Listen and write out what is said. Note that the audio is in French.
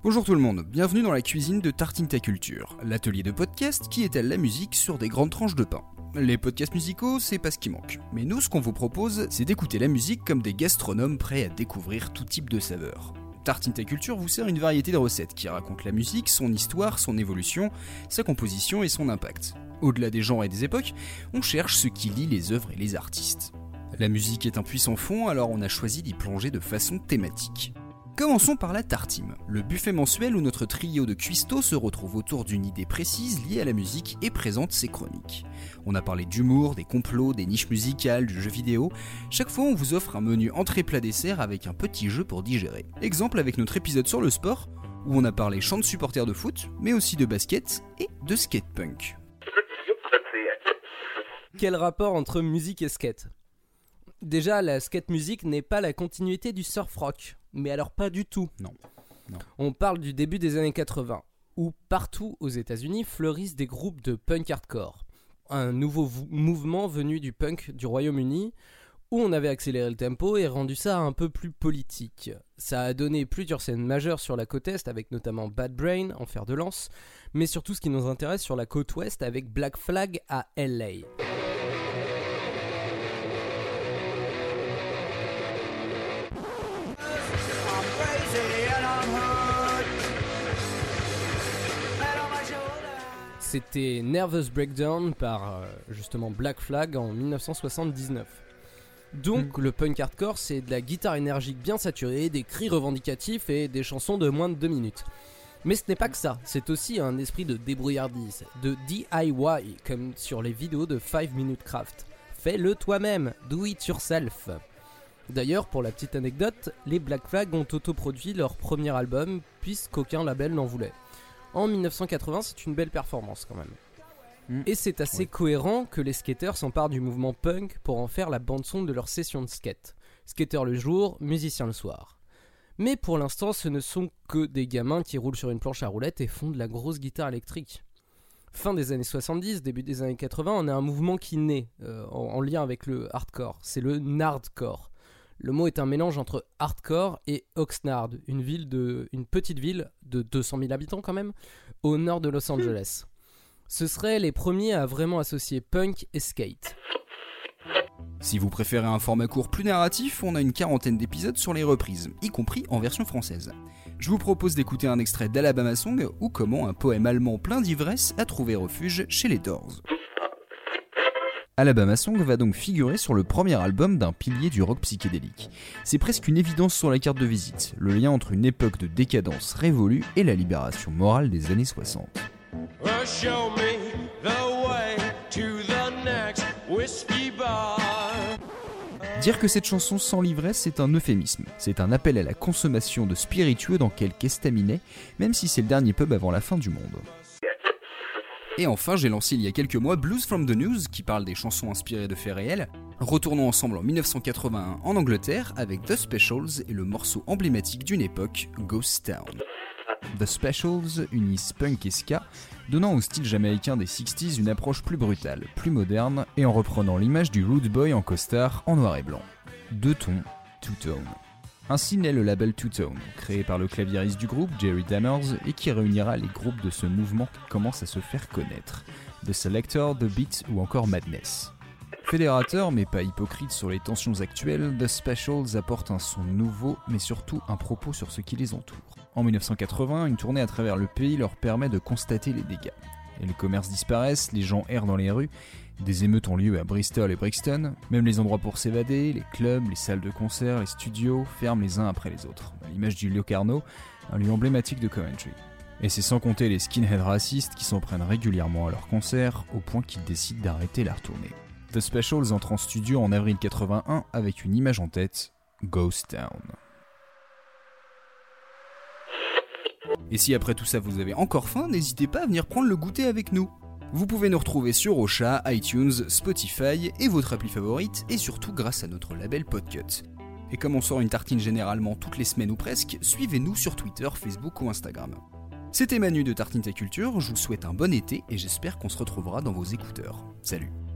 Bonjour tout le monde, bienvenue dans la cuisine de Tartine ta culture, l'atelier de podcast qui étale la musique sur des grandes tranches de pain. Les podcasts musicaux, c'est pas ce qui manque. Mais nous, ce qu'on vous propose, c'est d'écouter la musique comme des gastronomes prêts à découvrir tout type de saveurs. Tartine ta culture vous sert une variété de recettes qui racontent la musique, son histoire, son évolution, sa composition et son impact. Au-delà des genres et des époques, on cherche ce qui lie les œuvres et les artistes. La musique est un puissant fond, alors on a choisi d'y plonger de façon thématique. Commençons par la Tartime, le buffet mensuel où notre trio de cuistots se retrouve autour d'une idée précise liée à la musique et présente ses chroniques. On a parlé d'humour, des complots, des niches musicales, du jeu vidéo. Chaque fois on vous offre un menu entrée-plat-dessert avec un petit jeu pour digérer. Exemple avec notre épisode sur le sport, où on a parlé chant de supporters de foot, mais aussi de basket et de skatepunk. Quel rapport entre musique et skate ? Déjà, la skate music n'est pas la continuité du surf rock. Mais alors pas du tout. Non. On parle du début des années 80, où partout aux États-Unis fleurissent des groupes de punk hardcore. Un nouveau mouvement venu du punk du Royaume-Uni, où on avait accéléré le tempo et rendu ça un peu plus politique. Ça a donné plusieurs scènes majeures sur la côte Est, avec notamment Bad Brain en fer de lance, mais surtout ce qui nous intéresse sur la côte Ouest avec Black Flag à LA. C'était Nervous Breakdown par justement Black Flag en 1979. Donc le punk hardcore, c'est de la guitare énergique bien saturée, des cris revendicatifs et des chansons de moins de 2 minutes. Mais ce n'est pas que ça, c'est aussi un esprit de débrouillardise, de DIY, comme sur les vidéos de 5 Minute Craft. Fais-le toi-même, do it yourself. D'ailleurs, pour la petite anecdote, les Black Flag ont autoproduit leur premier album, puisqu'aucun label n'en voulait. En 1980, c'est une belle performance quand même. Et c'est assez cohérent que les skaters s'emparent du mouvement punk pour en faire la bande-son de leur session de skate. Skater le jour, musicien le soir. Mais pour l'instant, ce ne sont que des gamins qui roulent sur une planche à roulettes et font de la grosse guitare électrique. Fin des années 70, début des années 80, on a un mouvement qui naît en lien avec le hardcore. C'est le nardcore. Le mot est un mélange entre hardcore et Oxnard, une petite ville de 200 000 habitants quand même, au nord de Los Angeles. Ce seraient les premiers à vraiment associer punk et skate. Si vous préférez un format court plus narratif, on a une 40aine d'épisodes sur les reprises, y compris en version française. Je vous propose d'écouter un extrait d'Alabama Song ou comment un poème allemand plein d'ivresse a trouvé refuge chez les Doors. Alabama Song va donc figurer sur le premier album d'un pilier du rock psychédélique. C'est presque une évidence sur la carte de visite, le lien entre une époque de décadence révolue et la libération morale des années 60. Dire que cette chanson sans l'ivresse, c'est un euphémisme. C'est un appel à la consommation de spiritueux dans quelque estaminet, même si c'est le dernier pub avant la fin du monde. Et enfin, j'ai lancé il y a quelques mois Blues from the News, qui parle des chansons inspirées de faits réels. Retournons ensemble en 1981 en Angleterre avec The Specials et le morceau emblématique d'une époque, Ghost Town. The Specials unissent punk et ska, donnant au style jamaïcain des 60s une approche plus brutale, plus moderne, et en reprenant l'image du Rude Boy en costard en noir et blanc. 2 tons, two tone. Ainsi naît le label Two Tone, créé par le claviériste du groupe, Jerry Dammers, et qui réunira les groupes de ce mouvement qui commence à se faire connaître. The Selector, The Beat ou encore Madness. Fédérateur mais pas hypocrite sur les tensions actuelles, The Specials apporte un son nouveau mais surtout un propos sur ce qui les entoure. En 1980, une tournée à travers le pays leur permet de constater les dégâts. Et les commerces disparaissent, les gens errent dans les rues, des émeutes ont lieu à Bristol et Brixton, même les endroits pour s'évader, les clubs, les salles de concert, les studios ferment les uns après les autres, à l'image du Locarno, un lieu emblématique de Coventry. Et c'est sans compter les skinheads racistes qui s'en prennent régulièrement à leurs concerts, au point qu'ils décident d'arrêter la tournée. The Specials entre en studio en avril 81 avec une image en tête, Ghost Town. Et si après tout ça vous avez encore faim, n'hésitez pas à venir prendre le goûter avec nous. Vous pouvez nous retrouver sur Ocha, iTunes, Spotify et votre appli favorite, et surtout grâce à notre label Podcut. Et comme on sort une tartine généralement toutes les semaines ou presque, suivez-nous sur Twitter, Facebook ou Instagram. C'était Manu de Tartine ta culture, je vous souhaite un bon été et j'espère qu'on se retrouvera dans vos écouteurs. Salut!